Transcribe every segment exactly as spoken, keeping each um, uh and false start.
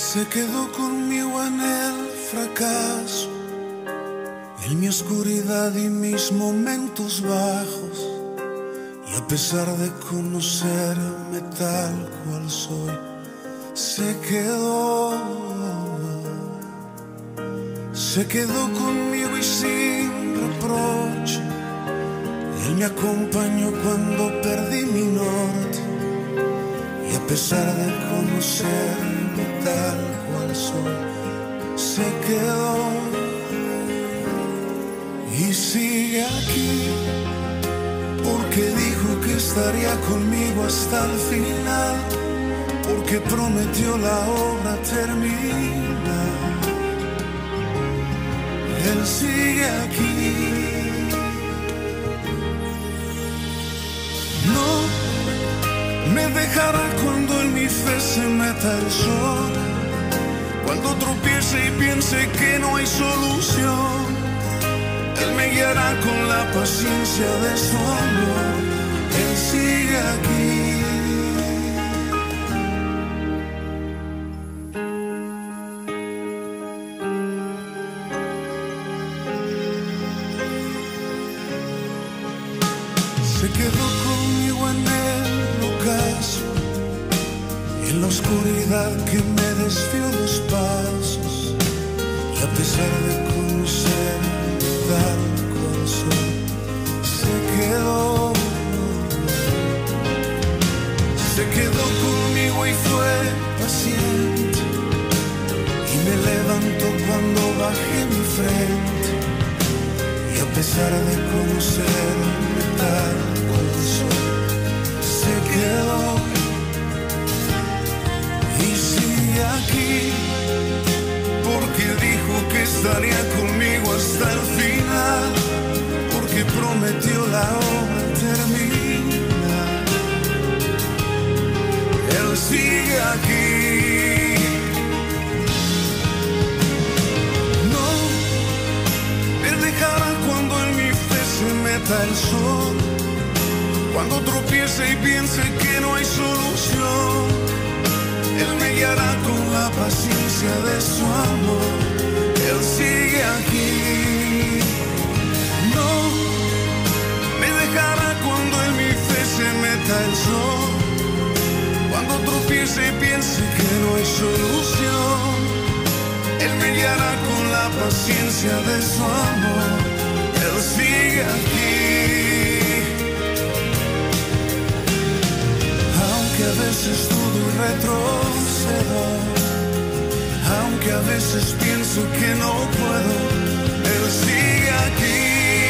Se quedó conmigo en el fracaso, en mi oscuridad y mis momentos bajos. Y a pesar de conocerme tal cual soy, se quedó. Se quedó conmigo y sin reproche. Él me acompañó cuando perdí mi norte. Y a pesar de conocerme tal cual soy, se quedó. Y sigue aquí, porque dijo que estaría conmigo hasta el final, porque prometió la obra terminar. Él sigue aquí. No me dejará cuando en mi fe se meta el sol, cuando tropiece y piense que no hay solución. Él me guiará con la paciencia de su amor. Él sigue aquí. Se quedó conmigo en el ocaso, en la oscuridad que me desvió los pasos. Y a pesar de conocer tal cual soy, se quedó. Se quedó conmigo y fue paciente, y me levantó cuando bajé mi frente. Y a pesar de conocerme tal cual soy, se quedó. Y sigue aquí, porque dijo que estaría conmigo hasta el final, porque prometió la obra terminar. Él sigue aquí. No me dejará cuando en mi fe se meta el sol, cuando tropiece y piense que no hay solución. Él me guiará con la paciencia de su amor. Él sigue aquí. No me dejará cuando en mi fe se meta el sol, cuando tropiece y piense que no hay solución. Él me guiará con la paciencia de su amor. Él sigue aquí. Aunque a veces dudo y retrocedo, aunque a veces pienso que no puedo, Él sigue aquí.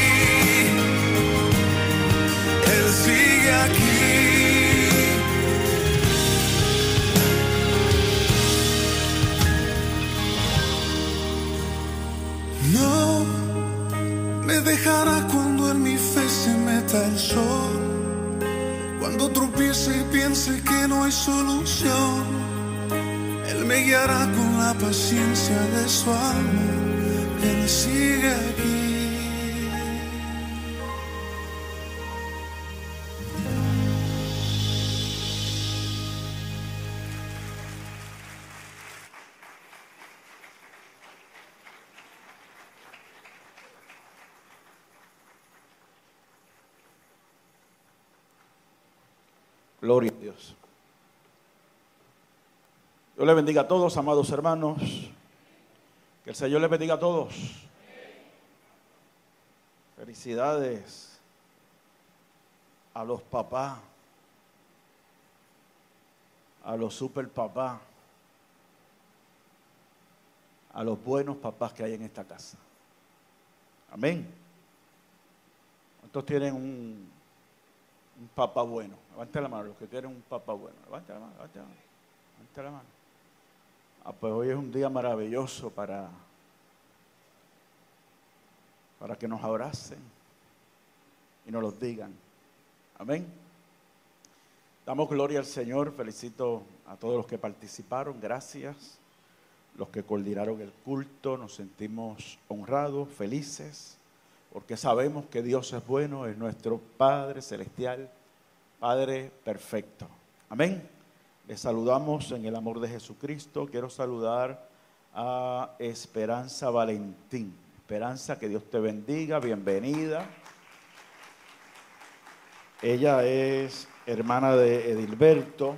Él sigue aquí. No me dejará cuando en mi fe se meta el sol, cuando tropiece y piense que no hay solución. Él me guiará con la paciencia de su amor. Él sigue aquí. Gloria a Dios. Dios les bendiga a todos, amados hermanos. Que el Señor les bendiga a todos. Felicidades a los papás, a los super papás, a los buenos papás que hay en esta casa. Amén. ¿Cuántos tienen un, un papá bueno? Levanten la mano, los que tienen un papá bueno. Levanten la mano, levanten la mano. Levanten la mano. Ah, pues hoy es un día maravilloso para, para que nos abracen y nos los digan. Amén. Damos gloria al Señor. Felicito a todos los que participaron. Gracias. Los que coordinaron el culto. Nos sentimos honrados, felices, porque sabemos que Dios es bueno, es nuestro Padre celestial, Padre perfecto. Amén. Les saludamos en el amor de Jesucristo. Quiero saludar a Esperanza Valentín. Esperanza, que Dios te bendiga, bienvenida. Ella es hermana de Edilberto.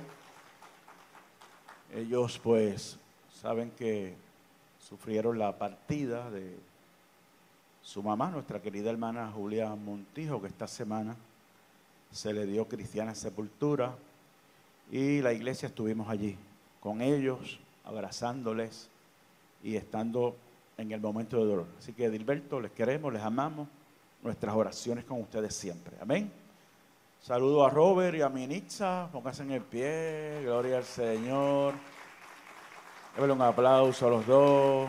Ellos pues saben que sufrieron la partida de su mamá, nuestra querida hermana Julia Montijo, que esta semana se le dio cristiana sepultura. Y la iglesia estuvimos allí con ellos, abrazándoles y estando en el momento de dolor. Así que, Edilberto, les queremos, les amamos, nuestras oraciones con ustedes siempre. Amén. Saludo a Robert y a Minitza, pónganse en el pie, gloria al Señor. Démosle un aplauso a los dos.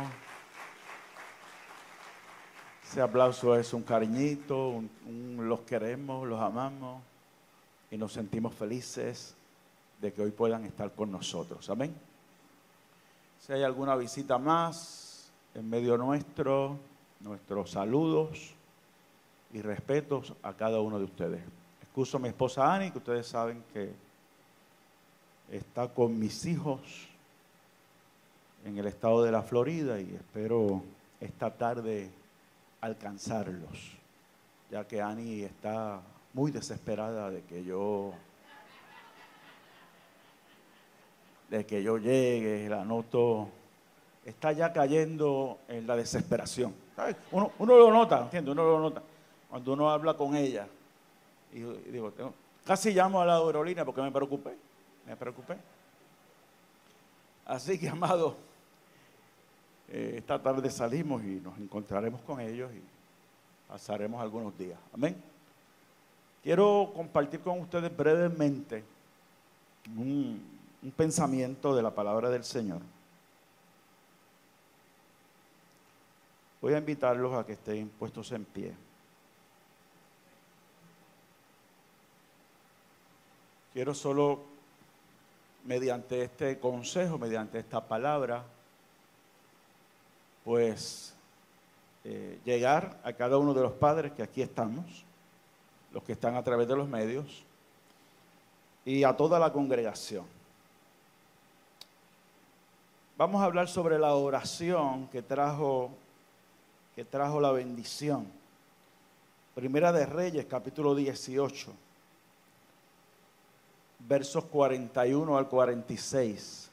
Ese aplauso es un cariñito, un, un, los queremos, los amamos y nos sentimos felices de que hoy puedan estar con nosotros. Amén. Si hay alguna visita más en medio nuestro, nuestros saludos y respetos a cada uno de ustedes. Excuso a mi esposa Ani, que ustedes saben que está con mis hijos en el estado de la Florida y espero esta tarde alcanzarlos, ya que Ani está muy desesperada de que yo de que yo llegue, la noto, está ya cayendo en la desesperación. ¿Sabes? Uno, uno lo nota, ¿entiendes? Uno lo nota cuando uno habla con ella. Y, y digo, tengo, casi llamo a la aerolínea porque me preocupé, me preocupé. Así que, amado, eh, esta tarde salimos y nos encontraremos con ellos y pasaremos algunos días. Amén. Quiero compartir con ustedes brevemente un Un pensamiento de la palabra del Señor. Voy a invitarlos a que estén puestos en pie. Quiero solo, mediante este consejo, mediante esta palabra, pues eh, llegar a cada uno de los padres que aquí estamos, los que están a través de los medios, y a toda la congregación. Vamos a hablar sobre la oración que trajo, que trajo la bendición. Primera de Reyes, capítulo dieciocho, versos cuarenta y uno al cuarenta y seis.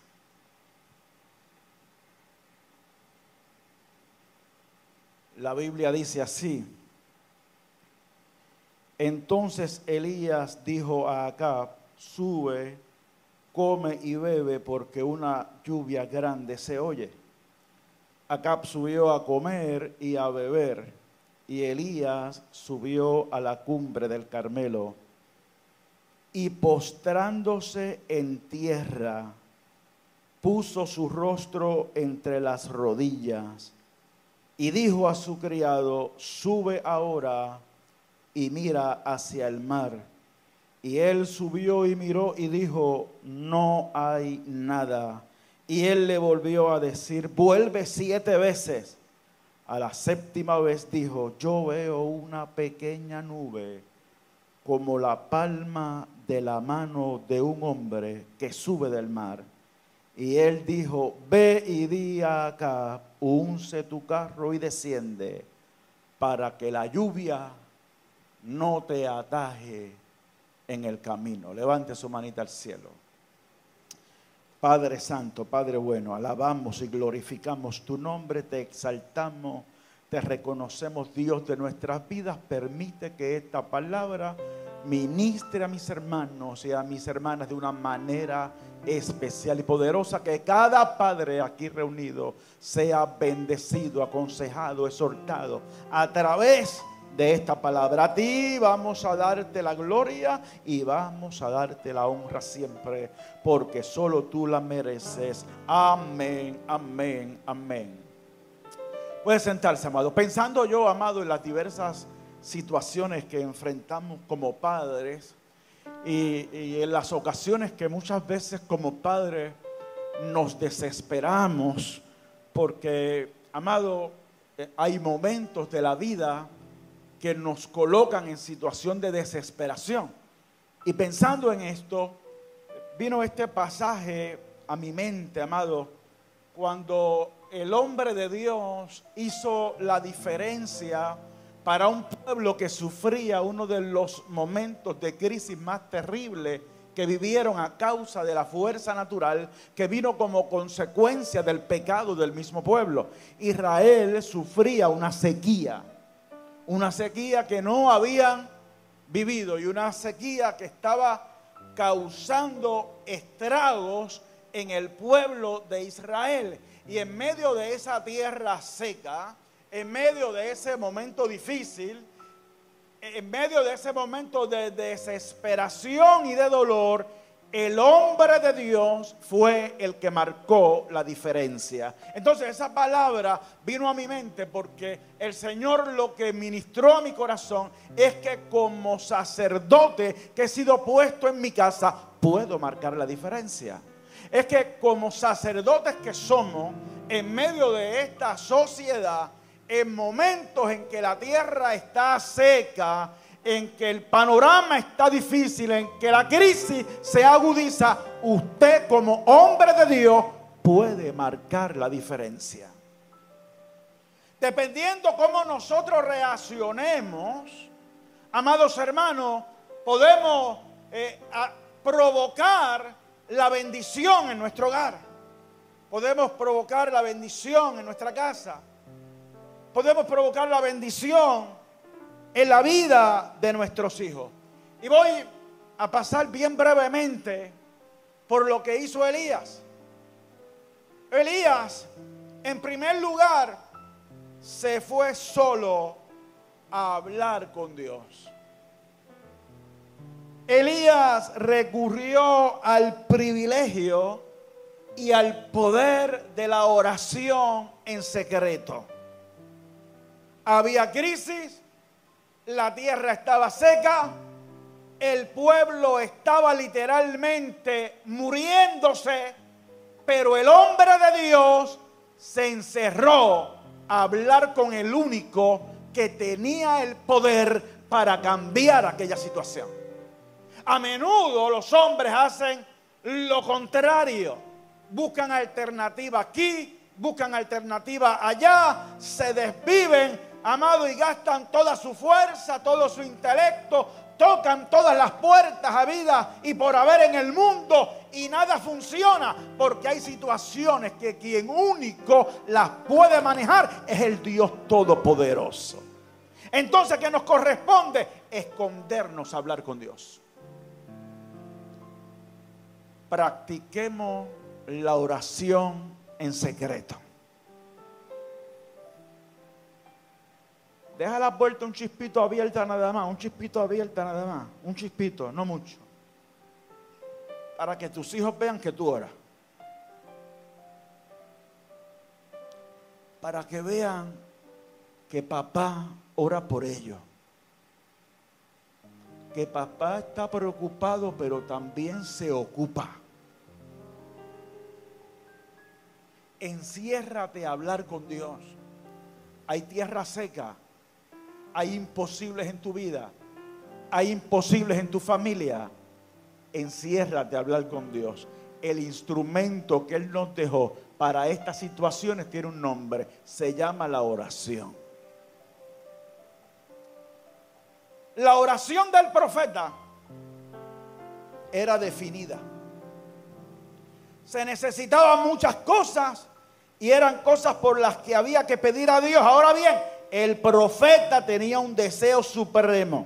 La Biblia dice así: Entonces Elías dijo a Acab, sube, come y bebe, porque una lluvia grande se oye. Acab subió a comer y a beber, y Elías subió a la cumbre del Carmelo, y postrándose en tierra, puso su rostro entre las rodillas, y dijo a su criado, sube ahora y mira hacia el mar. Y él subió y miró y dijo, no hay nada. Y él le volvió a decir, vuelve siete veces. A la séptima vez dijo, yo veo una pequeña nube como la palma de la mano de un hombre que sube del mar. Y él dijo, ve y di acá, unce tu carro y desciende, para que la lluvia no te ataje en el camino. Levante su manita al cielo. Padre Santo, Padre bueno, alabamos y glorificamos tu nombre, te exaltamos, te reconocemos, Dios de nuestras vidas. Permite que esta palabra ministre a mis hermanos y a mis hermanas de una manera especial y poderosa, que cada padre aquí reunido sea bendecido, aconsejado, exhortado a través de esta palabra. A ti vamos a darte la gloria y vamos a darte la honra siempre, porque solo tú la mereces. Amén, amén, amén. Puede sentarse, amado. Pensando yo, amado, en las diversas situaciones que enfrentamos como padres y, y en las ocasiones que muchas veces como padres nos desesperamos, porque, amado, hay momentos de la vida que nos colocan en situación de desesperación. Y pensando en esto, vino este pasaje a mi mente, amado, cuando el hombre de Dios hizo la diferencia para un pueblo que sufría uno de los momentos de crisis más terribles que vivieron a causa de la fuerza natural que vino como consecuencia del pecado del mismo pueblo. Israel sufría una sequía, una sequía que no habían vivido y una sequía que estaba causando estragos en el pueblo de Israel. Y en medio de esa tierra seca, en medio de ese momento difícil, en medio de ese momento de desesperación y de dolor, el hombre de Dios fue el que marcó la diferencia. Entonces esa palabra vino a mi mente porque el Señor lo que ministró a mi corazón es que como sacerdote que he sido puesto en mi casa, puedo marcar la diferencia. Es que como sacerdotes que somos, en medio de esta sociedad, en momentos en que la tierra está seca, en que el panorama está difícil, en que la crisis se agudiza, usted como hombre de Dios puede marcar la diferencia. Dependiendo cómo nosotros reaccionemos, amados hermanos, podemos eh, a, provocar la bendición en nuestro hogar. Podemos provocar la bendición en nuestra casa. Podemos provocar la bendición en la vida de nuestros hijos. Y voy a pasar bien brevemente por lo que hizo Elías. Elías, en primer lugar, se fue solo a hablar con Dios. Elías recurrió al privilegio y al poder de la oración en secreto. Había crisis, la tierra estaba seca, el pueblo estaba literalmente muriéndose, pero el hombre de Dios se encerró a hablar con el único que tenía el poder para cambiar aquella situación. A menudo los hombres hacen lo contrario, buscan alternativa aquí, buscan alternativa allá, se desviven, amado, y gastan toda su fuerza, todo su intelecto, tocan todas las puertas a vida y por haber en el mundo y nada funciona, porque hay situaciones que quien único las puede manejar es el Dios Todopoderoso. Entonces, ¿qué nos corresponde? Escondernos a hablar con Dios. Practiquemos la oración en secreto. Deja la puerta un chispito abierta nada más, un chispito abierta nada más, un chispito, no mucho. Para que tus hijos vean que tú oras. Para que vean que papá ora por ellos. Que papá está preocupado, pero también se ocupa. Enciérrate a hablar con Dios. Hay tierra seca. Hay imposibles en tu vida. Hay imposibles en tu familia. Enciérrate a hablar con Dios. El instrumento que Él nos dejó para estas situaciones tiene un nombre. Se llama la oración. La oración del profeta era definida. Se necesitaban muchas cosas y eran cosas por las que había que pedir a Dios. Ahora bien, el profeta tenía un deseo supremo.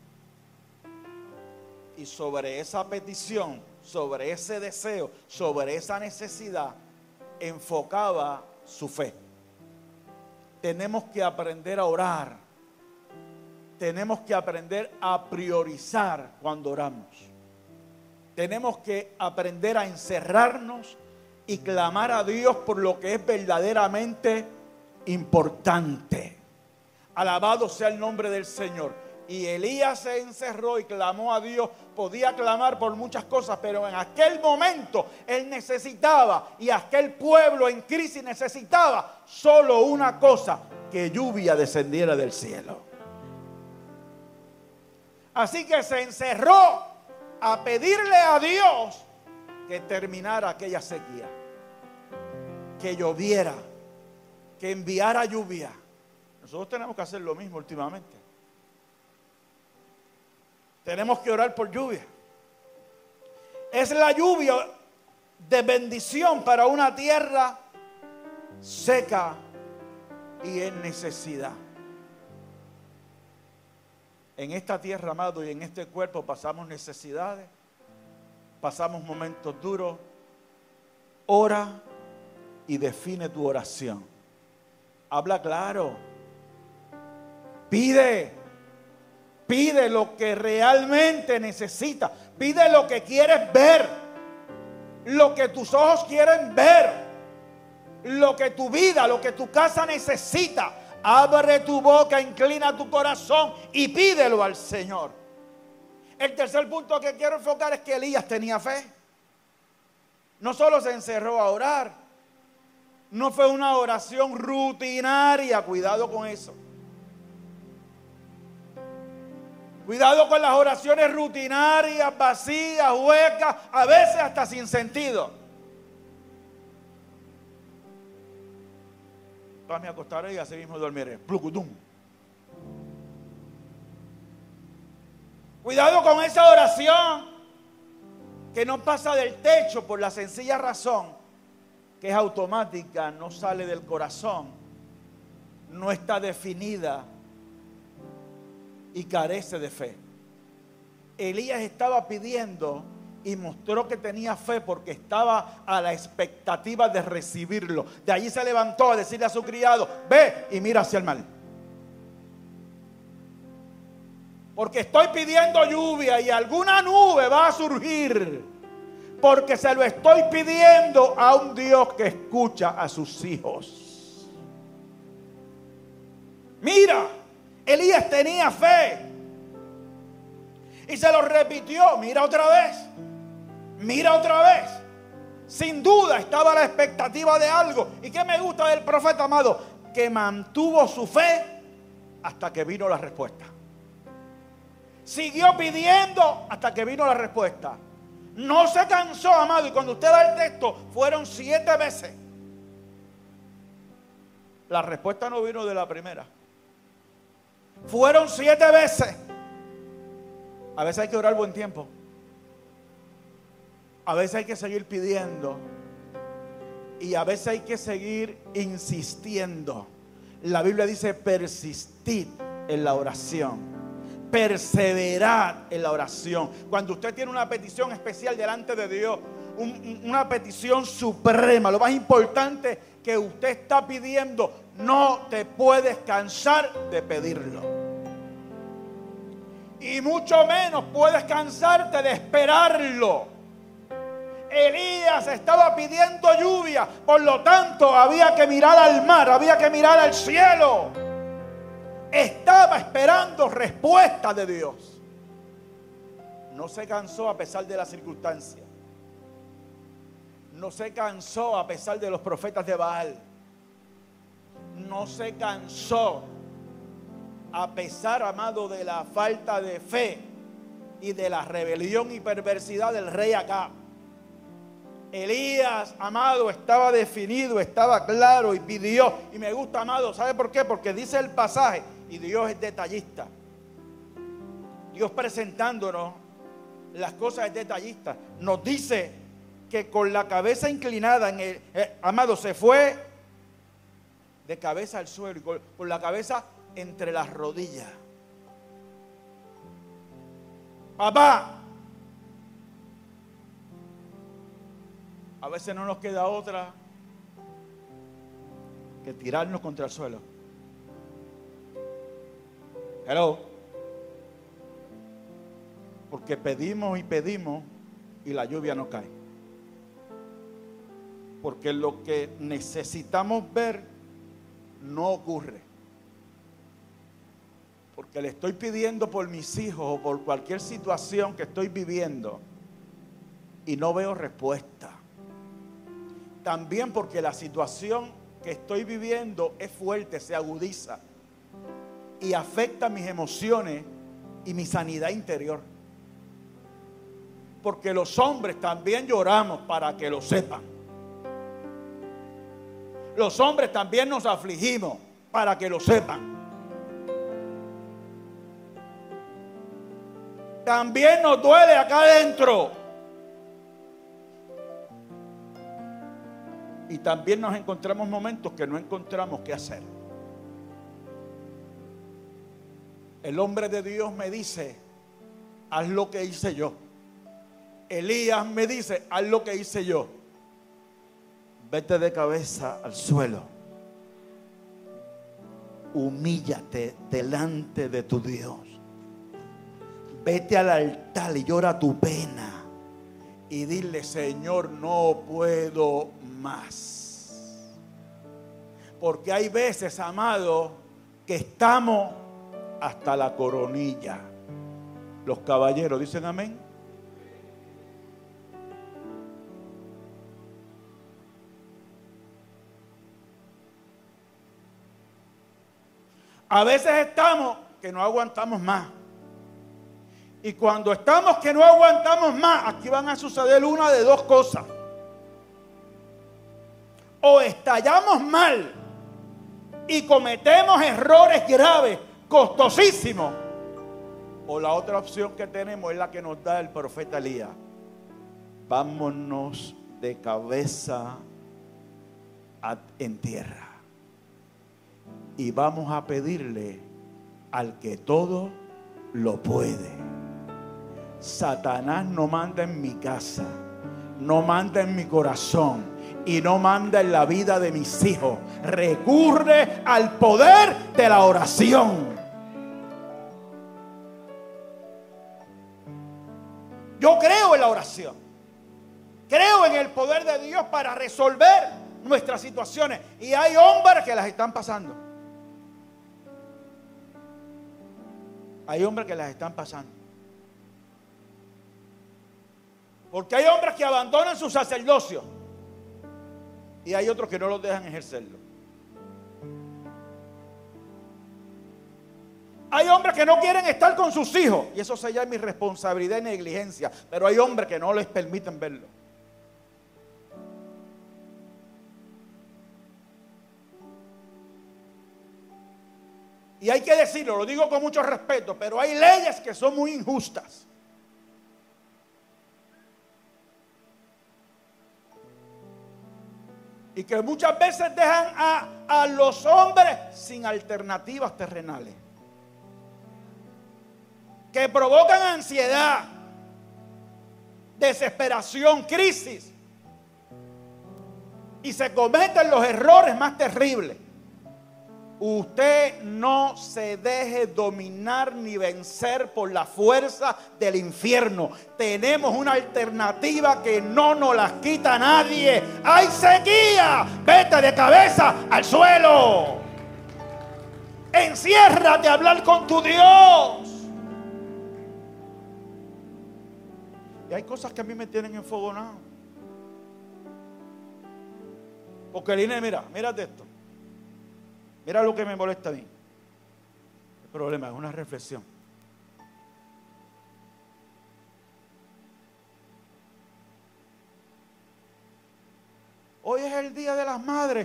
Y sobre esa petición, sobre ese deseo, sobre esa necesidad, enfocaba su fe. Tenemos que aprender a orar. Tenemos que aprender a priorizar cuando oramos. Tenemos que aprender a encerrarnos y clamar a Dios por lo que es verdaderamente importante. Alabado sea el nombre del Señor. Y Elías se encerró y clamó a Dios. Podía clamar por muchas cosas, pero en aquel momento él necesitaba, y aquel pueblo en crisis necesitaba solo una cosa: que lluvia descendiera del cielo. Así que se encerró a pedirle a Dios que terminara aquella sequía, que lloviera, que enviara lluvia. Nosotros tenemos que hacer lo mismo últimamente. Tenemos que orar por lluvia. Es la lluvia de bendición para una tierra seca y en necesidad. En esta tierra, amado, y en este cuerpo pasamos necesidades, pasamos momentos duros. Ora y define tu oración. Habla claro. Pide. Pide lo que realmente necesitas. Pide lo que quieres ver. Lo que tus ojos quieren ver. Lo que tu vida, lo que tu casa necesita. Abre tu boca, inclina tu corazón y pídelo al Señor. El tercer punto que quiero enfocar es que Elías tenía fe. No solo se encerró a orar. No fue una oración rutinaria. Cuidado con eso. Cuidado con las oraciones rutinarias, vacías, huecas, a veces hasta sin sentido. Me acostaré y así mismo dormiré. Plucutum. Cuidado con esa oración que no pasa del techo por la sencilla razón que es automática, no sale del corazón, no está definida y carece de fe. Elías estaba pidiendo y mostró que tenía fe porque estaba a la expectativa de recibirlo. De allí se levantó a decirle a su criado: ve y mira hacia el mar, porque estoy pidiendo lluvia y alguna nube va a surgir, porque se lo estoy pidiendo a un Dios que escucha a sus hijos. Mira, Elías tenía fe y se lo repitió. Mira otra vez. Mira otra vez. Sin duda estaba a la expectativa de algo. ¿Y qué me gusta del profeta, amado? Que mantuvo su fe hasta que vino la respuesta. Siguió pidiendo hasta que vino la respuesta. No se cansó, amado. Y cuando usted va al texto, fueron siete veces. La respuesta no vino de la primera. Fueron siete veces. A veces hay que orar buen tiempo. A veces hay que seguir pidiendo. Y a veces hay que seguir insistiendo. La Biblia dice: persistid en la oración. Perseverad en la oración. Cuando usted tiene una petición especial delante de Dios, un, una petición suprema, lo más importante que usted está pidiendo, no te puedes cansar de pedirlo. Y mucho menos puedes cansarte de esperarlo. Elías estaba pidiendo lluvia, por lo tanto había que mirar al mar, había que mirar al cielo. Estaba esperando respuesta de Dios. No se cansó a pesar de las circunstancias. No se cansó a pesar de los profetas de Baal. No se cansó a pesar, amado, de la falta de fe y de la rebelión y perversidad del rey Acab. Elías, amado, estaba definido, estaba claro y pidió. Y me gusta, amado, ¿sabe por qué? Porque dice el pasaje, y Dios es detallista. Dios presentándonos las cosas es detallista. Nos dice que con la cabeza inclinada, en el, eh, amado, se fue de cabeza al suelo y con, con la cabeza entre las rodillas. Papá, a veces no nos queda otra que tirarnos contra el suelo. Hello. Porque pedimos y pedimos y la lluvia no cae. Porque lo que necesitamos ver no ocurre. Porque le estoy pidiendo por mis hijos o por cualquier situación que estoy viviendo y no veo respuesta. También porque la situación que estoy viviendo es fuerte, se agudiza y afecta mis emociones y mi sanidad interior. Porque los hombres también lloramos, para que lo sepan. Los hombres también nos afligimos, para que lo sepan. También nos duele acá adentro. Y también nos encontramos momentos que no encontramos qué hacer. El hombre de Dios me dice, haz lo que hice yo. Elías me dice, haz lo que hice yo. Vete de cabeza al suelo. Humíllate delante de tu Dios. Vete al altar y llora tu pena. Y dile, Señor, no puedo más. Porque hay veces, amado, que estamos hasta la coronilla. Los caballeros dicen amén. A veces estamos que no aguantamos más. Y cuando estamos que no aguantamos más, aquí van a suceder una de dos cosas. O estallamos mal y cometemos errores graves, costosísimos. O la otra opción que tenemos es la que nos da el profeta Elías. Vámonos de cabeza a, en tierra. Y vamos a pedirle al que todo lo puede. Satanás no manda en mi casa, no manda en mi corazón y no manda en la vida de mis hijos. Recurre al poder de la oración. Yo creo en la oración. Creo en el poder de Dios para resolver nuestras situaciones. Y hay hombres que las están pasando. Hay hombres que las están pasando. Porque hay hombres que abandonan su sacerdocio. Y hay otros que no los dejan ejercerlo. Hay hombres que no quieren estar con sus hijos. Y eso se llama irresponsabilidad y negligencia. Pero hay hombres que no les permiten verlo. Y hay que decirlo, lo digo con mucho respeto, pero hay leyes que son muy injustas. Y que muchas veces dejan a, a los hombres sin alternativas terrenales. Que provocan ansiedad, desesperación, crisis. Y se cometen los errores más terribles. Usted no se deje dominar ni vencer por la fuerza del infierno. Tenemos una alternativa que no nos la quita nadie. ¡Hay sequía! Vete de cabeza al suelo. Enciérrate a hablar con tu Dios. Y hay cosas que a mí me tienen enfogonado. Porque Lina, mira, mírate esto. Mira lo que me molesta a mí. El problema es una reflexión. Hoy es el Día de las Madres.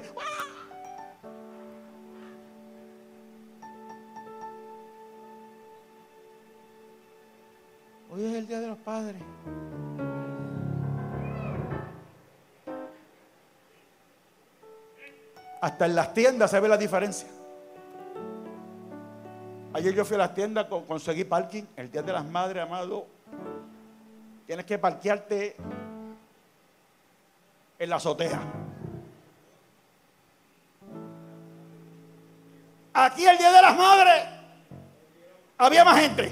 Hoy es el Día de los Padres. Hasta en las tiendas se ve la diferencia. Ayer yo fui a las tiendas, conseguí parking. El Día de las Madres, amado, tienes que parquearte en la azotea. Aquí el Día de las Madres había más gente.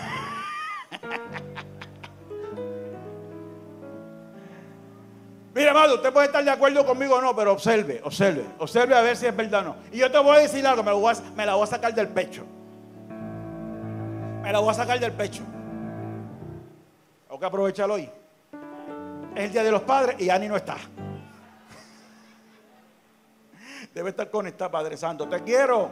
Mira, amado, usted puede estar de acuerdo conmigo o no, pero observe, observe, observe a ver si es verdad o no. Y yo te voy a decir algo, me, lo voy a, me la voy a sacar del pecho. Me la voy a sacar del pecho. Tengo que aprovecharlo hoy. Es el Día de los Padres y Ani no está. Debe estar conectada, Padre Santo. Te quiero.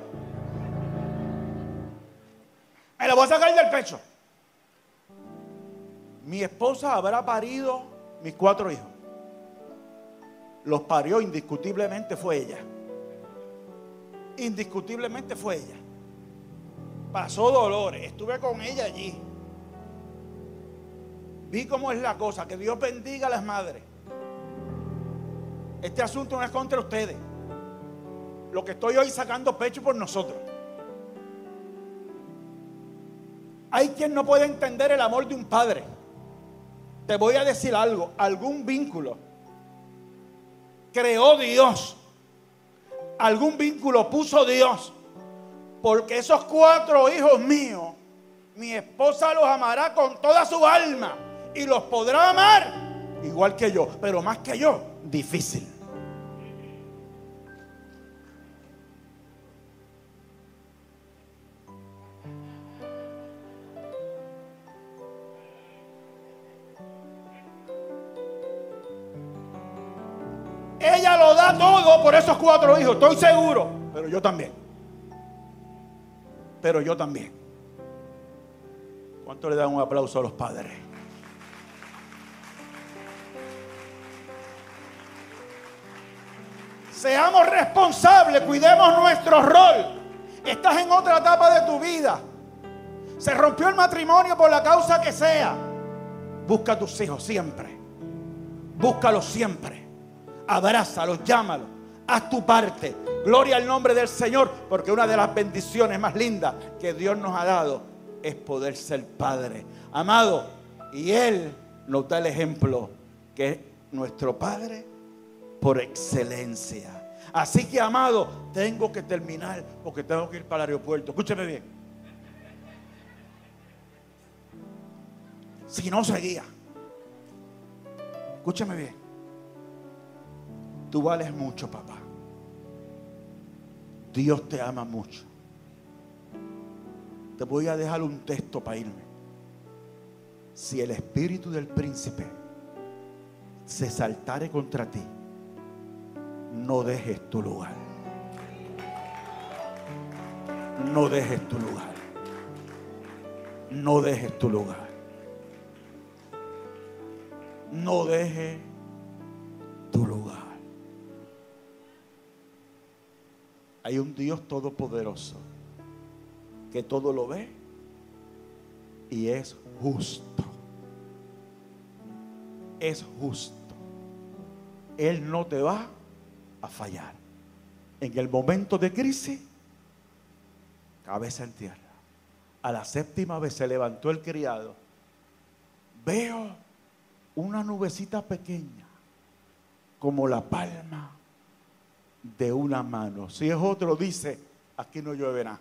Me la voy a sacar del pecho. Mi esposa habrá parido mis cuatro hijos. Los parió indiscutiblemente fue ella. Indiscutiblemente fue ella. Pasó dolores, estuve con ella allí. Vi cómo es la cosa. Que Dios bendiga a las madres. Este asunto no es contra ustedes. Lo que estoy hoy sacando pecho por nosotros. Hay quien no puede entender el amor de un padre. Te voy a decir algo. Algún vínculo creó Dios. Algún vínculo puso Dios. Porque esos cuatro hijos míos, mi esposa los amará con toda su alma. Y los podrá amar igual que yo. Pero más que yo, difícil. Ella lo da todo por esos cuatro hijos, estoy seguro. Pero yo también. Pero yo también. ¿Cuánto le dan un aplauso a los padres? Seamos responsables, cuidemos nuestro rol. Estás en otra etapa de tu vida. Se rompió el matrimonio por la causa que sea. Busca a tus hijos siempre. Búscalos siempre. Abrázalos, llámalos. Haz tu parte. Gloria al nombre del Señor. Porque una de las bendiciones más lindas que Dios nos ha dado es poder ser padre. Amado, y Él nos da el ejemplo que es nuestro Padre por excelencia. Así que, amado, tengo que terminar porque tengo que ir para el aeropuerto. Escúcheme bien. Si no seguía. Escúchame bien. Tú vales mucho, papá. Dios te ama mucho. Te voy a dejar un texto para irme. Si el espíritu del príncipe se saltare contra ti, no dejes tu lugar. No dejes tu lugar. No dejes tu lugar. No dejes tu lugar. Hay un Dios todopoderoso que todo lo ve y es justo. Es justo. Él no te va a fallar. En el momento de crisis, cabeza en tierra. A la séptima vez se levantó el criado. Veo una nubecita pequeña como la palma de una mano. Si es otro, dice, aquí no llueve nada.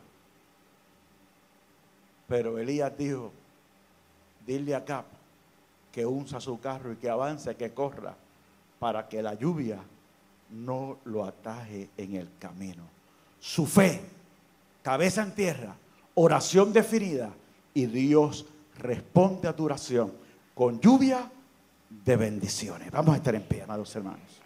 Pero Elías dijo, dile a Acab que unza su carro y que avance, que corra, para que la lluvia no lo ataje en el camino. Su fe, cabeza en tierra, oración definida, y Dios responde a tu oración con lluvia de bendiciones. Vamos a estar en pie, amados hermanos.